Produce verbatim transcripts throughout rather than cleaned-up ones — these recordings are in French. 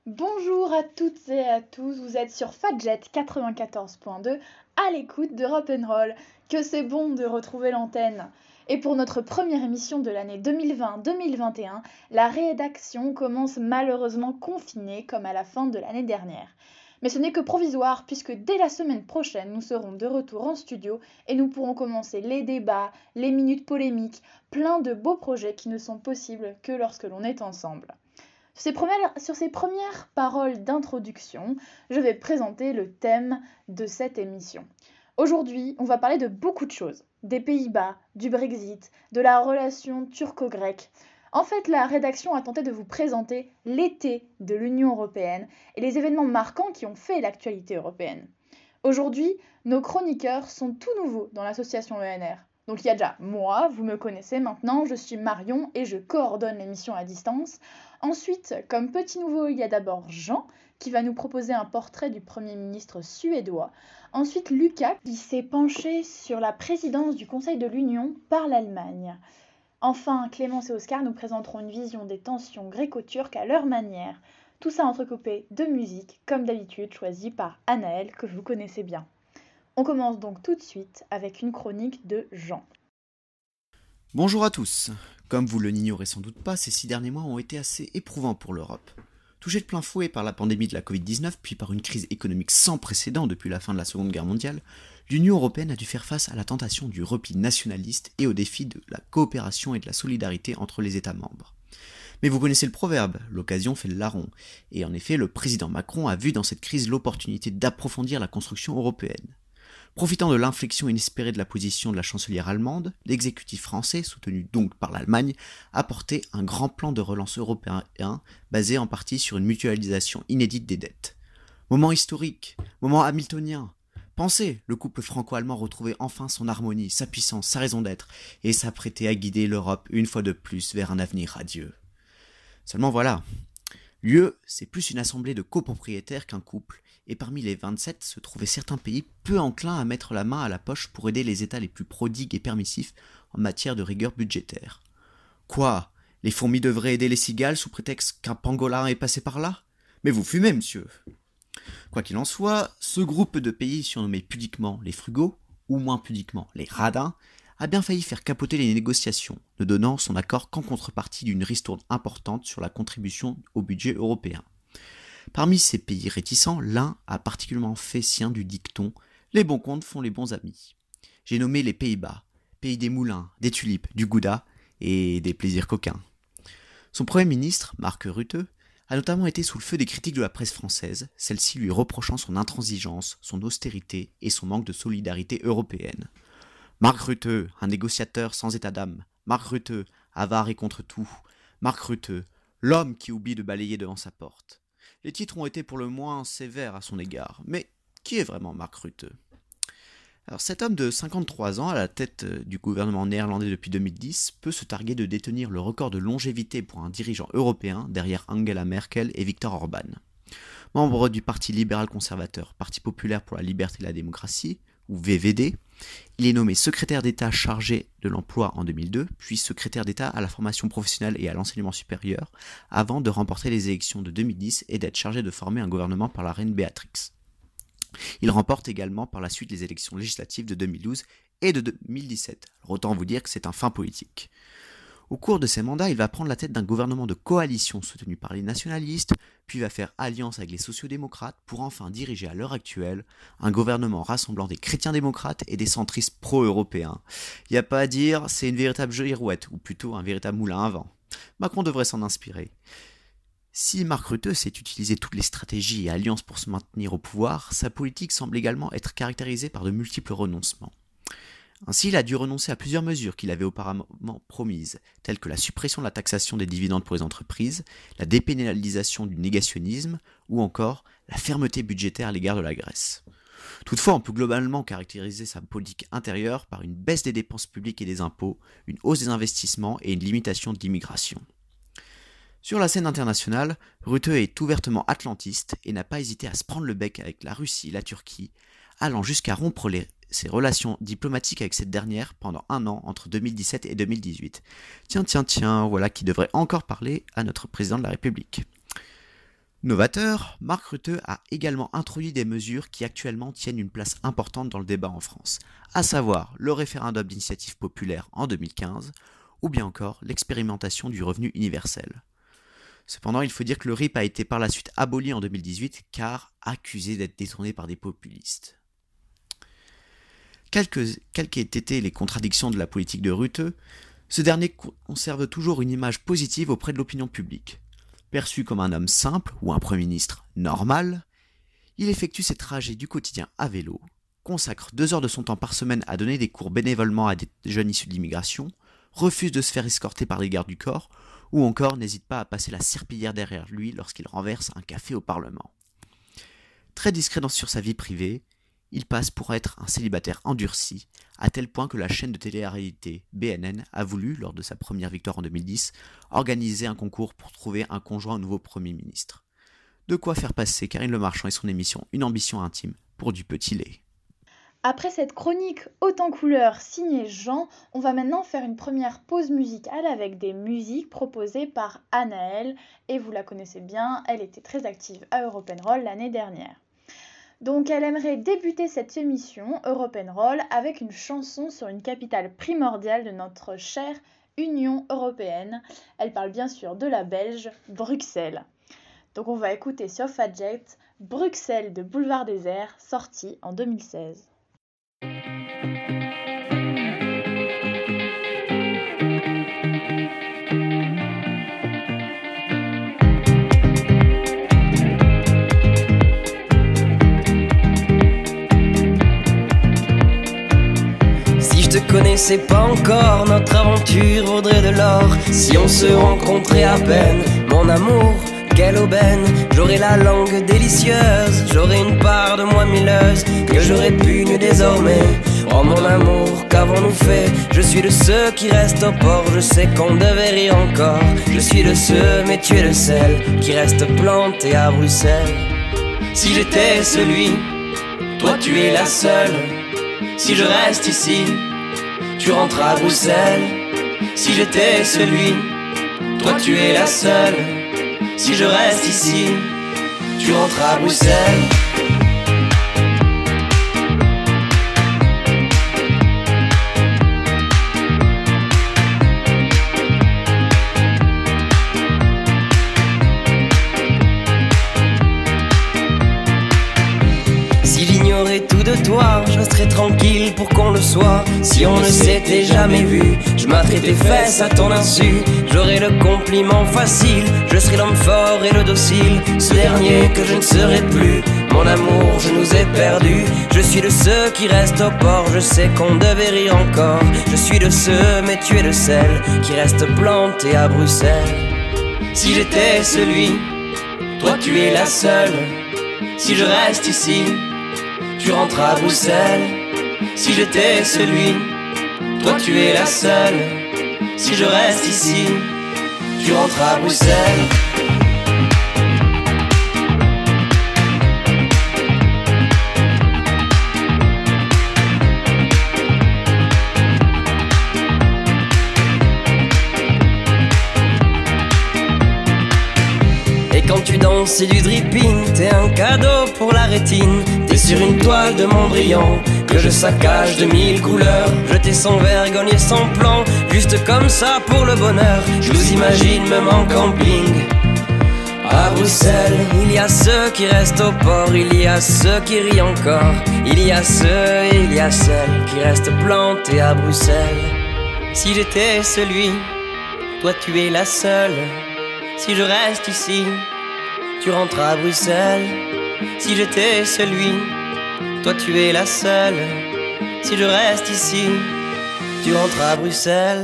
Bonjour à toutes et à tous, vous êtes sur Fadjet quatre-vingt-quatorze point deux à l'écoute de Rock'n'Roll. Que c'est bon de retrouver l'antenne. Et pour notre première émission de l'année deux mille vingt deux mille vingt et un, la rédaction commence malheureusement confinée comme à la fin de l'année dernière. Mais ce n'est que provisoire puisque dès la semaine prochaine, nous serons de retour en studio et nous pourrons commencer les débats, les minutes polémiques, plein de beaux projets qui ne sont possibles que lorsque l'on est ensemble. Sur ces, premières, sur ces premières paroles d'introduction, je vais présenter le thème de cette émission. Aujourd'hui, on va parler de beaucoup de choses. Des Pays-Bas, du Brexit, de la relation turco-grecque. En fait, la rédaction a tenté de vous présenter l'été de l'Union européenne et les événements marquants qui ont fait l'actualité européenne. Aujourd'hui, nos chroniqueurs sont tout nouveaux dans l'association E N R. Donc il y a déjà moi, vous me connaissez maintenant, je suis Marion et je coordonne l'émission à distance. Ensuite, comme petit nouveau, il y a d'abord Jean qui va nous proposer un portrait du Premier ministre suédois. Ensuite, Lucas qui s'est penché sur la présidence du Conseil de l'Union par l'Allemagne. Enfin, Clémence et Oscar nous présenteront une vision des tensions gréco-turques à leur manière. Tout ça entrecoupé de musique, comme d'habitude, choisie par Anaël, que vous connaissez bien. On commence donc tout de suite avec une chronique de Jean. Bonjour à tous. Comme vous le n'ignorez sans doute pas, ces six derniers mois ont été assez éprouvants pour l'Europe. Touchée de plein fouet par la pandémie de la covid dix-neuf, puis par une crise économique sans précédent depuis la fin de la Seconde Guerre mondiale, l'Union européenne a dû faire face à la tentation du repli nationaliste et au défi de la coopération et de la solidarité entre les États membres. Mais vous connaissez le proverbe, l'occasion fait le larron, et en effet le président Macron a vu dans cette crise l'opportunité d'approfondir la construction européenne. Profitant de l'inflexion inespérée de la position de la chancelière allemande, l'exécutif français, soutenu donc par l'Allemagne, a porté un grand plan de relance européen basé en partie sur une mutualisation inédite des dettes. Moment historique, moment hamiltonien. Pensez, le couple franco-allemand retrouvait enfin son harmonie, sa puissance, sa raison d'être, et s'apprêtait à guider l'Europe une fois de plus vers un avenir radieux. Seulement voilà, l'U E, c'est plus une assemblée de copropriétaires qu'un couple, et parmi les vingt-sept se trouvaient certains pays peu enclins à mettre la main à la poche pour aider les États les plus prodigues et permissifs en matière de rigueur budgétaire. Quoi ? Les fourmis devraient aider les cigales sous prétexte qu'un pangolin est passé par là ? Mais vous fumez, monsieur ! Quoi qu'il en soit, ce groupe de pays surnommé pudiquement les frugaux, ou moins pudiquement les radins, a bien failli faire capoter les négociations, ne donnant son accord qu'en contrepartie d'une ristourne importante sur la contribution au budget européen. Parmi ces pays réticents, l'un a particulièrement fait sien du dicton « Les bons comptes font les bons amis ». J'ai nommé les Pays-Bas, pays des moulins, des tulipes, du gouda et des plaisirs coquins. Son premier ministre, Mark Rutte, a notamment été sous le feu des critiques de la presse française, celle-ci lui reprochant son intransigeance, son austérité et son manque de solidarité européenne. Mark Rutte, un négociateur sans état d'âme. Mark Rutte, avare et contre tout. Mark Rutte, l'homme qui oublie de balayer devant sa porte. Les titres ont été pour le moins sévères à son égard. Mais qui est vraiment Mark Rutte ? Alors cet homme de cinquante-trois ans, à la tête du gouvernement néerlandais depuis deux mille dix, peut se targuer de détenir le record de longévité pour un dirigeant européen derrière Angela Merkel et Viktor Orban. Membre du Parti libéral-conservateur, Parti populaire pour la liberté et la démocratie, ou V V D, il est nommé secrétaire d'État chargé de l'emploi en deux mille deux, puis secrétaire d'État à la formation professionnelle et à l'enseignement supérieur, avant de remporter les élections de deux mille dix et d'être chargé de former un gouvernement par la reine Béatrix. Il remporte également par la suite les élections législatives de deux mille douze et de deux mille dix-sept. Alors autant vous dire que c'est un fin politique. Au cours de ses mandats, il va prendre la tête d'un gouvernement de coalition soutenu par les nationalistes, puis va faire alliance avec les sociodémocrates pour enfin diriger à l'heure actuelle un gouvernement rassemblant des chrétiens démocrates et des centristes pro-européens. Il n'y a pas à dire, c'est une véritable girouette, ou plutôt un véritable moulin à vent. Macron devrait s'en inspirer. Si Mark Rutte sait utiliser toutes les stratégies et alliances pour se maintenir au pouvoir, sa politique semble également être caractérisée par de multiples renoncements. Ainsi, il a dû renoncer à plusieurs mesures qu'il avait auparavant promises, telles que la suppression de la taxation des dividendes pour les entreprises, la dépénalisation du négationnisme, ou encore la fermeté budgétaire à l'égard de la Grèce. Toutefois, on peut globalement caractériser sa politique intérieure par une baisse des dépenses publiques et des impôts, une hausse des investissements et une limitation de l'immigration. Sur la scène internationale, Rutte est ouvertement atlantiste et n'a pas hésité à se prendre le bec avec la Russie et la Turquie, allant jusqu'à rompre les ses relations diplomatiques avec cette dernière pendant un an entre deux mille dix-sept et deux mille dix-huit. Tiens, tiens, tiens, voilà qui devrait encore parler à notre président de la République. Novateur, Mark Rutte a également introduit des mesures qui actuellement tiennent une place importante dans le débat en France, à savoir le référendum d'initiative populaire en deux mille quinze, ou bien encore l'expérimentation du revenu universel. Cependant, il faut dire que le R I P a été par la suite aboli en deux mille dix-huit car accusé d'être détourné par des populistes. Quelles qu'aient été les contradictions de la politique de Rutte, ce dernier conserve toujours une image positive auprès de l'opinion publique. Perçu comme un homme simple ou un Premier ministre normal, il effectue ses trajets du quotidien à vélo, consacre deux heures de son temps par semaine à donner des cours bénévolement à des jeunes issus de l'immigration, refuse de se faire escorter par les gardes du corps, ou encore n'hésite pas à passer la serpillière derrière lui lorsqu'il renverse un café au Parlement. Très discret sur sa vie privée, il passe pour être un célibataire endurci, à tel point que la chaîne de télé-réalité B N N a voulu, lors de sa première victoire en deux mille dix, organiser un concours pour trouver un conjoint au nouveau Premier ministre. De quoi faire passer Karine Le Marchand et son émission Une ambition intime pour du petit lait. Après cette chronique haute en couleurs signée Jean, on va maintenant faire une première pause musicale avec des musiques proposées par Anaëlle. Et vous la connaissez bien, elle était très active à Europe and Roll l'année dernière. Donc elle aimerait débuter cette émission Europe and Roll avec une chanson sur une capitale primordiale de notre chère Union européenne. Elle parle bien sûr de la Belge, Bruxelles. Donc on va écouter sur Fadjet Bruxelles de Boulevard Désert, sorti en deux mille seize. Si je te connaissais pas encore, notre aventure vaudrait de l'or. Si on se rencontrait à peine, mon amour, quelle aubaine. J'aurais la langue délicieuse, j'aurais une part de moi milleuse que j'aurais pu nu désormais. Oh mon amour, qu'avons-nous fait? Je suis de ceux qui restent au port, je sais qu'on devait rire encore. Je suis de ceux, mais tu es de celles qui restent plantées à Bruxelles. Si j'étais celui, toi tu es la seule. Si je reste ici, tu rentres à Bruxelles. Si j'étais celui, toi tu es la seule. Si je reste ici, tu rentres à Bruxelles. Si j'ignorais tout de toi, je resterais tranquille pour qu'on le soit. Si on ne s'était jamais vu, je m'atterais tes fesses à ton insu. J'aurais le compliment facile, je serais l'homme fort et le docile. Ce dernier que je ne serai plus, mon amour, je nous ai perdus. Je suis de ceux qui restent au port, je sais qu'on devait rire encore. Je suis de ceux, mais tu es de celles qui restent plantées à Bruxelles. Si j'étais celui, toi tu es la seule. Si je reste ici, tu rentres à Bruxelles. Si j'étais celui, toi tu es la seule. Si je reste ici, tu rentres à Bruxelles. Et quand tu danses, c'est du dripping, t'es un cadeau pour la rétine. T'es sur une toile de Mondrian que je saccage de mille couleurs. Jeter sans vergogne et sans plan, juste comme ça pour le bonheur. Je vous imagine même en camping à Bruxelles. Il y a ceux qui restent au port, il y a ceux qui rient encore. Il y a ceux et il y a celles qui restent plantés à Bruxelles. Si j'étais celui, toi tu es la seule. Si je reste ici, tu rentres à Bruxelles. Si j'étais celui, toi tu es la seule. Si je reste ici, tu rentres à Bruxelles.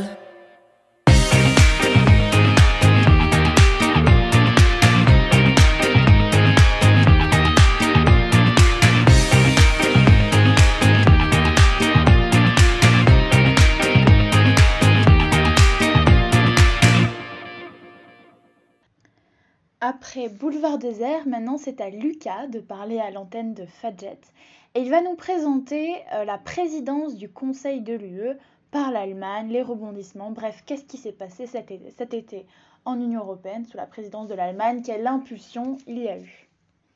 Après Boulevard Désert, maintenant c'est à Lucas de parler à l'antenne de Fadjet. Et il va nous présenter euh, la présidence du Conseil de l'U E par l'Allemagne, les rebondissements, bref, qu'est-ce qui s'est passé cet été, cet été en Union européenne sous la présidence de l'Allemagne. Quelle impulsion il y a eu?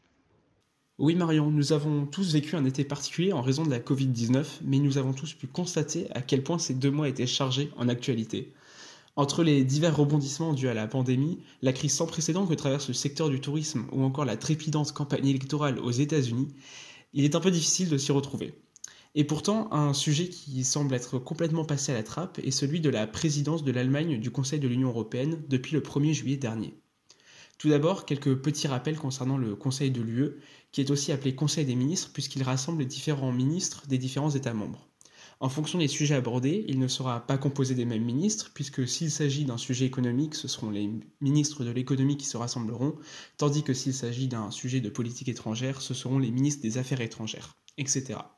Oui Marion, nous avons tous vécu un été particulier en raison de la covid dix-neuf, mais nous avons tous pu constater à quel point ces deux mois étaient chargés en actualité. Entre les divers rebondissements dus à la pandémie, la crise sans précédent que traverse le secteur du tourisme ou encore la trépidante campagne électorale aux États-Unis, il est un peu difficile de s'y retrouver. Et pourtant, un sujet qui semble être complètement passé à la trappe est celui de la présidence de l'Allemagne du Conseil de l'Union européenne depuis le premier juillet dernier. Tout d'abord, quelques petits rappels concernant le Conseil de l'U E, qui est aussi appelé Conseil des ministres puisqu'il rassemble les différents ministres des différents États membres. En fonction des sujets abordés, il ne sera pas composé des mêmes ministres, puisque s'il s'agit d'un sujet économique, ce seront les ministres de l'économie qui se rassembleront, tandis que s'il s'agit d'un sujet de politique étrangère, ce seront les ministres des Affaires étrangères, et cetera.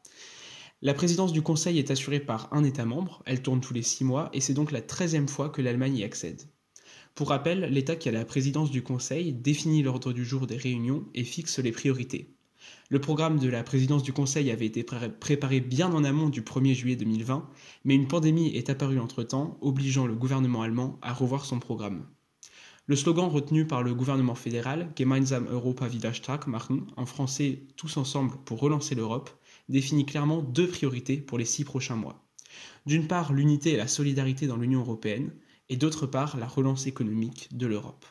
La présidence du Conseil est assurée par un État membre, elle tourne tous les six mois, et c'est donc la treizième fois que l'Allemagne y accède. Pour rappel, l'État qui a la présidence du Conseil définit l'ordre du jour des réunions et fixe les priorités. Le programme de la présidence du Conseil avait été pré- préparé bien en amont du premier juillet deux mille vingt, mais une pandémie est apparue entre-temps, obligeant le gouvernement allemand à revoir son programme. Le slogan retenu par le gouvernement fédéral, Gemeinsam Europa wieder stark machen, en français « Tous ensemble pour relancer l'Europe », définit clairement deux priorités pour les six prochains mois. D'une part, l'unité et la solidarité dans l'Union européenne, et d'autre part, la relance économique de l'Europe.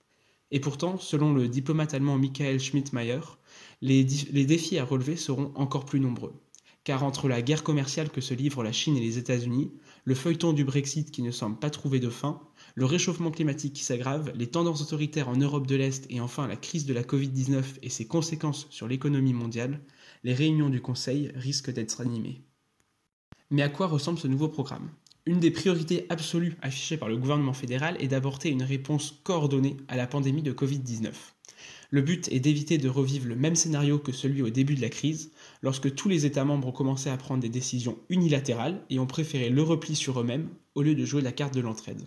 Et pourtant, selon le diplomate allemand Michael Schmidtmeier, les, di- les défis à relever seront encore plus nombreux. Car entre la guerre commerciale que se livrent la Chine et les États-Unis, le feuilleton du Brexit qui ne semble pas trouver de fin, le réchauffement climatique qui s'aggrave, les tendances autoritaires en Europe de l'Est et enfin la crise de la covid dix-neuf et ses conséquences sur l'économie mondiale, les réunions du Conseil risquent d'être animées. Mais à quoi ressemble ce nouveau programme ? Une des priorités absolues affichées par le gouvernement fédéral est d'apporter une réponse coordonnée à la pandémie de covid dix-neuf. Le but est d'éviter de revivre le même scénario que celui au début de la crise, lorsque tous les États membres ont commencé à prendre des décisions unilatérales et ont préféré le repli sur eux-mêmes au lieu de jouer la carte de l'entraide.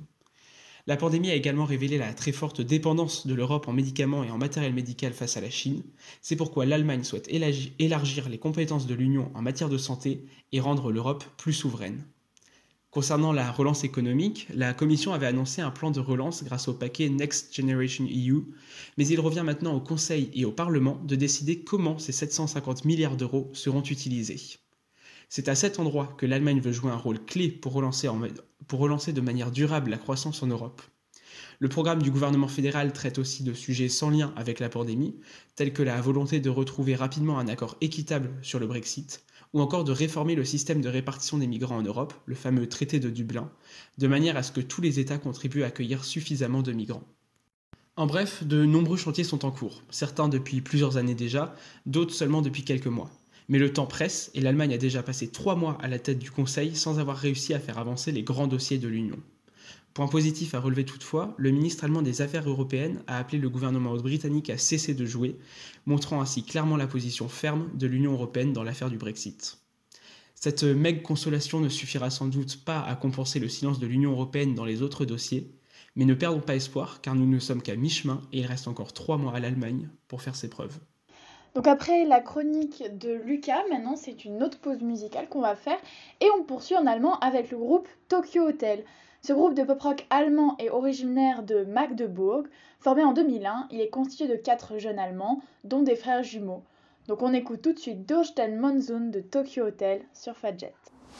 La pandémie a également révélé la très forte dépendance de l'Europe en médicaments et en matériel médical face à la Chine. C'est pourquoi l'Allemagne souhaite élargir les compétences de l'Union en matière de santé et rendre l'Europe plus souveraine. Concernant la relance économique, la Commission avait annoncé un plan de relance grâce au paquet Next Generation E U, mais il revient maintenant au Conseil et au Parlement de décider comment ces sept cent cinquante milliards d'euros seront utilisés. C'est à cet endroit que l'Allemagne veut jouer un rôle clé pour relancer, en, pour relancer de manière durable la croissance en Europe. Le programme du gouvernement fédéral traite aussi de sujets sans lien avec la pandémie, tels que la volonté de retrouver rapidement un accord équitable sur le Brexit, ou encore de réformer le système de répartition des migrants en Europe, le fameux traité de Dublin, de manière à ce que tous les États contribuent à accueillir suffisamment de migrants. En bref, de nombreux chantiers sont en cours, certains depuis plusieurs années déjà, d'autres seulement depuis quelques mois. Mais le temps presse et l'Allemagne a déjà passé trois mois à la tête du Conseil sans avoir réussi à faire avancer les grands dossiers de l'Union. Point positif à relever toutefois, le ministre allemand des Affaires européennes a appelé le gouvernement britannique à cesser de jouer, montrant ainsi clairement la position ferme de l'Union européenne dans l'affaire du Brexit. Cette maigre consolation ne suffira sans doute pas à compenser le silence de l'Union européenne dans les autres dossiers, mais ne perdons pas espoir car nous ne sommes qu'à mi-chemin et il reste encore trois mois à l'Allemagne pour faire ses preuves. Donc après la chronique de Lucas, maintenant c'est une autre pause musicale qu'on va faire et on poursuit en allemand avec le groupe Tokyo Hotel. Ce groupe de pop-rock allemand est originaire de Magdebourg. Formé en deux mille un, il est constitué de quatre jeunes Allemands, dont des frères jumeaux. Donc on écoute tout de suite Durch den Monsun de Tokyo Hotel sur Fadjet.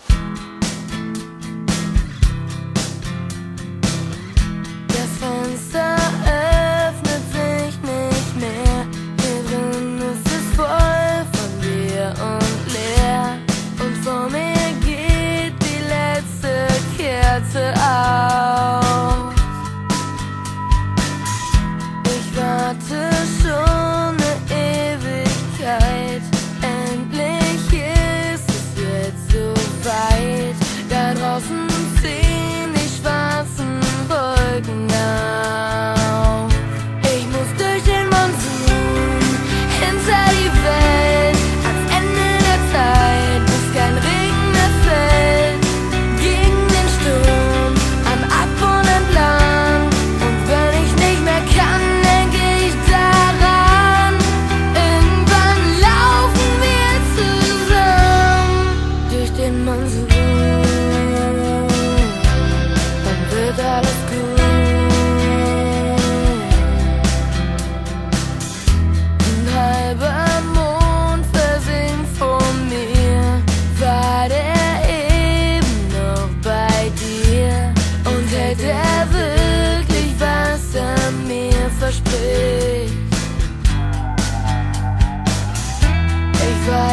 Das Fenster öffnet sich nicht mehr. Hier drin ist es voll von dir und leer. Und vor mir geht die letzte Kerze aus. Ich warte schon eine Ewigkeit. Endlich ist es jetzt so weit.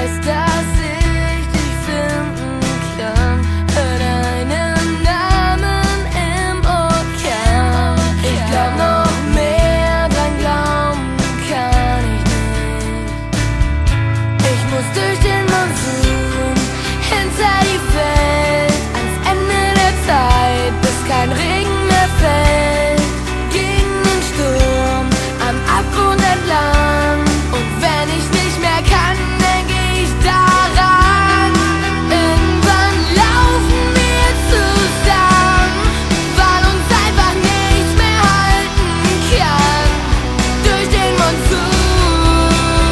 weiß, dass ich dich finden kann. Hör deinen Namen im Ozean. Ich glaub noch mehr, dran glauben kann ich nicht. Ich muss durch den Monsun, hinter die Welt, ans Ende der Zeit, bis kein Regen mehr fällt. Gegen den Sturm, am Abgrund entlang. Und wenn ich nicht mehr kann, denke ich daran. Irgendwann laufen wir zusammen, weil uns einfach nichts mehr halten kann. Durch den Monsun.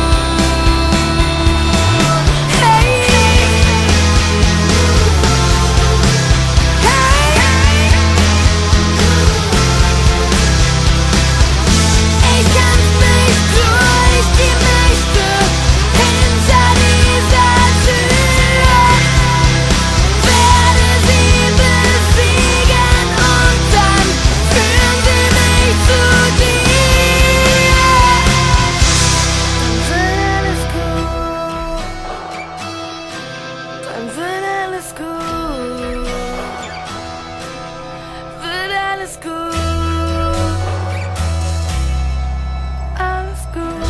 Hey, hey, ich kämpf mich durch die Nächte hinter dieser Tür, werde sie besiegen und dann führen sie mich zu dir. Dann wird alles gut, dann wird alles gut, wird alles gut. Alles gut.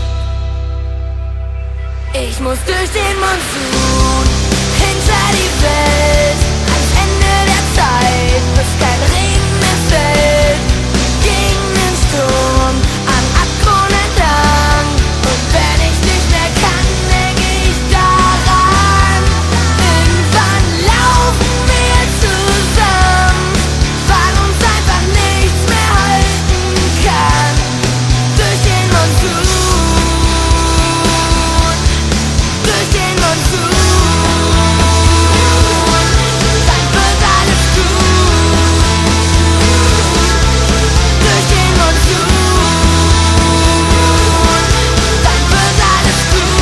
Ich muss durch den Monsun, hinter die Welt, ans Ende der Zeit, bis kein Regen mehr fällt. Gegen den Sturm, am Abgrund entlang. Und wenn ich nicht mehr kann, denk ich daran. Irgendwann laufen wir zusammen, weil uns einfach nichts mehr halten kann. Durch den Monsun, durch den Monsun. Dann wird alles gut. Durch den Monsun. Dann wird alles gut.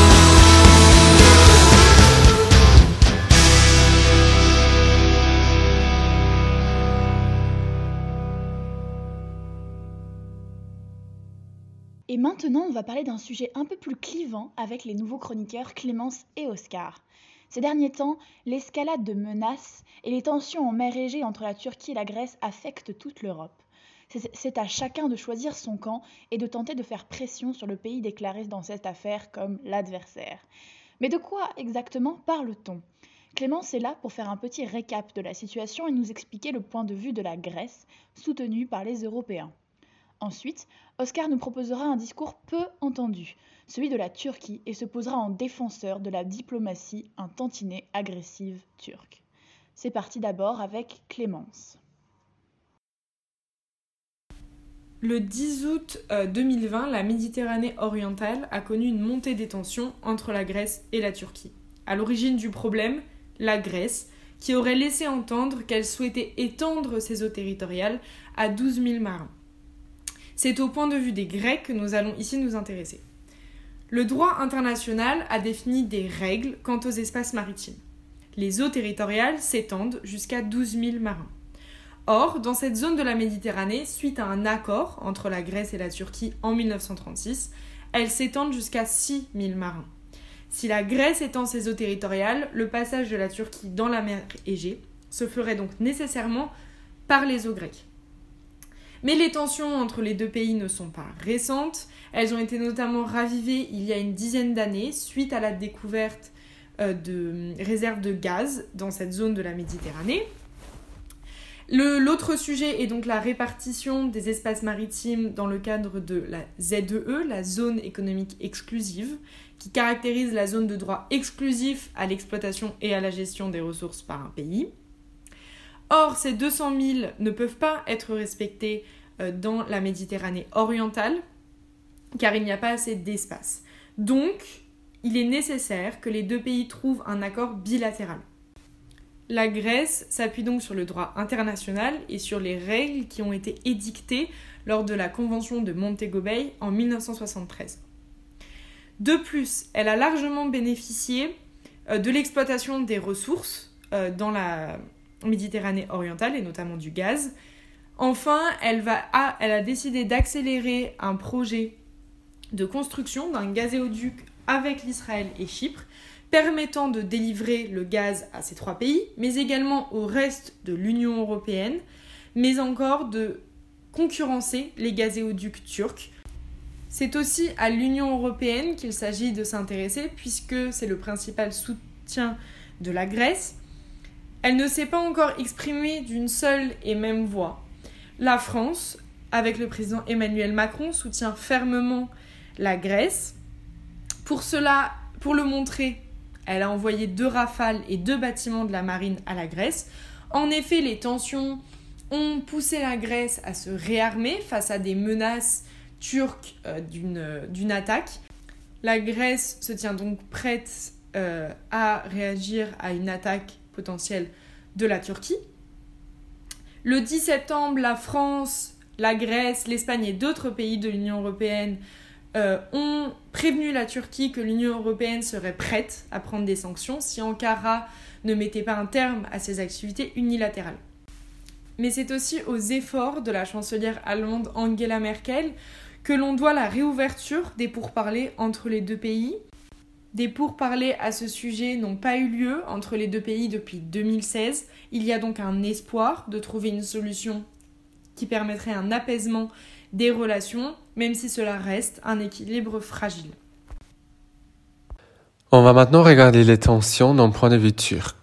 Et maintenant, on va parler d'un sujet un peu plus clivant avec les nouveaux chroniqueurs Clémence et Oscar. Ces derniers temps, l'escalade de menaces et les tensions en mer Égée entre la Turquie et la Grèce affectent toute l'Europe. C'est- C'est à chacun de choisir son camp et de tenter de faire pression sur le pays déclaré dans cette affaire comme l'adversaire. Mais de quoi exactement parle-t-on ? Clémence est là pour faire un petit récap de la situation et nous expliquer le point de vue de la Grèce, soutenue par les Européens. Ensuite, Oscar nous proposera un discours peu entendu, celui de la Turquie, et se posera en défenseur de la diplomatie un tantinet agressive turque. C'est parti d'abord avec Clémence. Le dix août euh, deux mille vingt, la Méditerranée orientale a connu une montée des tensions entre la Grèce et la Turquie. À l'origine du problème, la Grèce, qui aurait laissé entendre qu'elle souhaitait étendre ses eaux territoriales à douze mille marins. C'est au point de vue des Grecs que nous allons ici nous intéresser. Le droit international a défini des règles quant aux espaces maritimes. Les eaux territoriales s'étendent jusqu'à douze mille marins. Or, dans cette zone de la Méditerranée, suite à un accord entre la Grèce et la Turquie en mille neuf cent trente-six, elles s'étendent jusqu'à six mille marins. Si la Grèce étend ses eaux territoriales, le passage de la Turquie dans la mer Égée se ferait donc nécessairement par les eaux grecques. Mais les tensions entre les deux pays ne sont pas récentes. Elles ont été notamment ravivées il y a une dizaine d'années suite à la découverte euh, de réserves de gaz dans cette zone de la Méditerranée. Le, l'autre sujet est donc la répartition des espaces maritimes dans le cadre de la Z E E, la zone économique exclusive, qui caractérise la zone de droit exclusif à l'exploitation et à la gestion des ressources par un pays. Or, ces deux cent mille ne peuvent pas être respectés euh, dans la Méditerranée orientale, car il n'y a pas assez d'espace. Donc, il est nécessaire que les deux pays trouvent un accord bilatéral. La Grèce s'appuie donc sur le droit international et sur les règles qui ont été édictées lors de la Convention de Montego Bay en mille neuf cent soixante-treize. De plus, elle a largement bénéficié euh, de l'exploitation des ressources euh, dans la Méditerranée orientale et notamment du gaz. Enfin, elle, va, ah, elle a décidé d'accélérer un projet de construction d'un gazéoduc avec l'Israël et Chypre, permettant de délivrer le gaz à ces trois pays, mais également au reste de l'Union européenne, mais encore de concurrencer les gazéoducs turcs. C'est aussi à l'Union européenne qu'il s'agit de s'intéresser, puisque c'est le principal soutien de la Grèce. Elle ne s'est pas encore exprimée d'une seule et même voix. La France, avec le président Emmanuel Macron, soutient fermement la Grèce. Pour cela, pour le montrer, elle a envoyé deux Rafales et deux bâtiments de la marine à la Grèce. En effet, les tensions ont poussé la Grèce à se réarmer face à des menaces turques euh, d'une, euh, d'une attaque. La Grèce se tient donc prête euh, à réagir à une attaque potentielle de la Turquie. Le dix septembre, la France, la Grèce, l'Espagne et d'autres pays de l'Union européenne euh, ont prévenu la Turquie que l'Union européenne serait prête à prendre des sanctions si Ankara ne mettait pas un terme à ses activités unilatérales. Mais c'est aussi aux efforts de la chancelière allemande Angela Merkel que l'on doit la réouverture des pourparlers entre les deux pays. Des pourparlers à ce sujet n'ont pas eu lieu entre les deux pays depuis deux mille seize. Il y a donc un espoir de trouver une solution qui permettrait un apaisement des relations, même si cela reste un équilibre fragile. On va maintenant regarder les tensions d'un point de vue turc.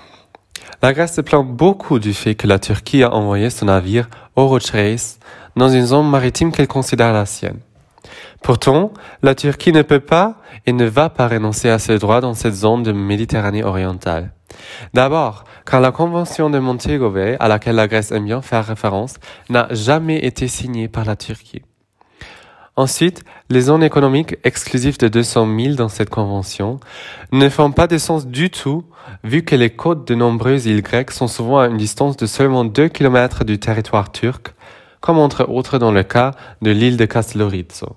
La Grèce se plaint beaucoup du fait que la Turquie a envoyé son navire Oroçreis dans une zone maritime qu'elle considère la sienne. Pourtant, la Turquie ne peut pas et ne va pas renoncer à ses droits dans cette zone de Méditerranée orientale. D'abord, car la Convention de Montego Bay, à laquelle la Grèce aime bien faire référence, n'a jamais été signée par la Turquie. Ensuite, les zones économiques exclusives de deux cents milles dans cette convention ne font pas de sens du tout, vu que les côtes de nombreuses îles grecques sont souvent à une distance de seulement deux kilomètres du territoire turc, comme entre autres dans le cas de l'île de Kastellorizo.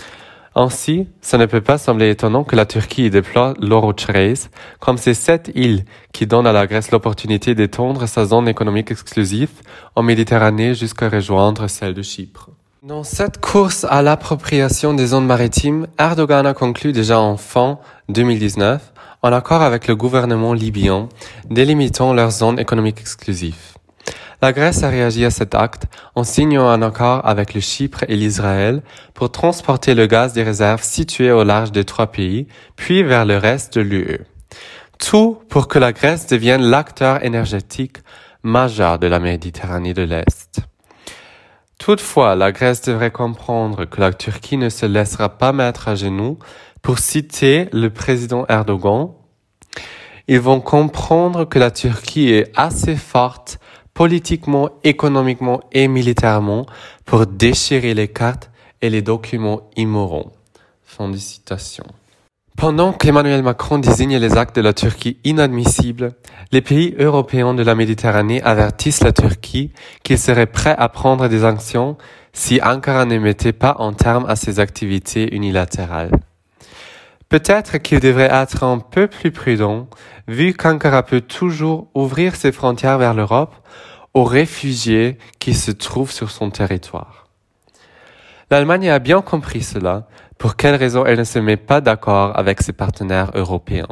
Ainsi, ça ne peut pas sembler étonnant que la Turquie déploie l'Oroçreis, comme c'est cette île qui donne à la Grèce l'opportunité d'étendre sa zone économique exclusive en Méditerranée jusqu'à rejoindre celle de Chypre. Dans cette course à l'appropriation des zones maritimes, Erdogan a conclu déjà en fin deux mille dix-neuf, en accord avec le gouvernement libyen, délimitant leur zone économique exclusive. La Grèce a réagi à cet acte en signant un accord avec le Chypre et l'Israël pour transporter le gaz des réserves situées au large des trois pays, puis vers le reste de l'U E. Tout pour que la Grèce devienne l'acteur énergétique majeur de la Méditerranée de l'Est. Toutefois, la Grèce devrait comprendre que la Turquie ne se laissera pas mettre à genoux. Pour citer le président Erdogan, ils vont comprendre que la Turquie est assez forte politiquement, économiquement et militairement pour déchirer les cartes et les documents immoraux. Fin de citation. Pendant qu'Emmanuel Macron désigne les actes de la Turquie inadmissibles, les pays européens de la Méditerranée avertissent la Turquie qu'ils seraient prêts à prendre des sanctions si Ankara ne mettait pas un terme à ses activités unilatérales. Peut-être qu'il devrait être un peu plus prudent, vu qu'Ankara peut toujours ouvrir ses frontières vers l'Europe aux réfugiés qui se trouvent sur son territoire. L'Allemagne a bien compris cela, pour quelle raison elle ne se met pas d'accord avec ses partenaires européens.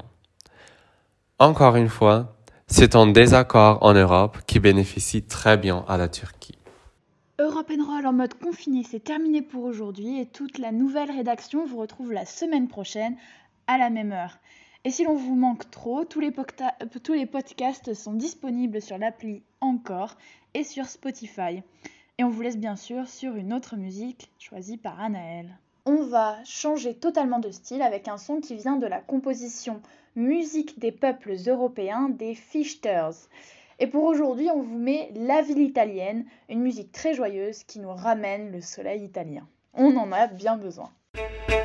Encore une fois, c'est un désaccord en Europe qui bénéficie très bien à la Turquie. Europe and Roll en mode confiné, c'est terminé pour aujourd'hui et toute la nouvelle rédaction vous retrouve la semaine prochaine à la même heure. Et si l'on vous manque trop, tous les, pocta- tous les podcasts sont disponibles sur l'appli Encore et sur Spotify. Et on vous laisse bien sûr sur une autre musique choisie par Anaël. On va changer totalement de style avec un son qui vient de la composition Musique des peuples européens des Fichters. Et pour aujourd'hui, on vous met La ville italienne, une musique très joyeuse qui nous ramène le soleil italien. On en a bien besoin.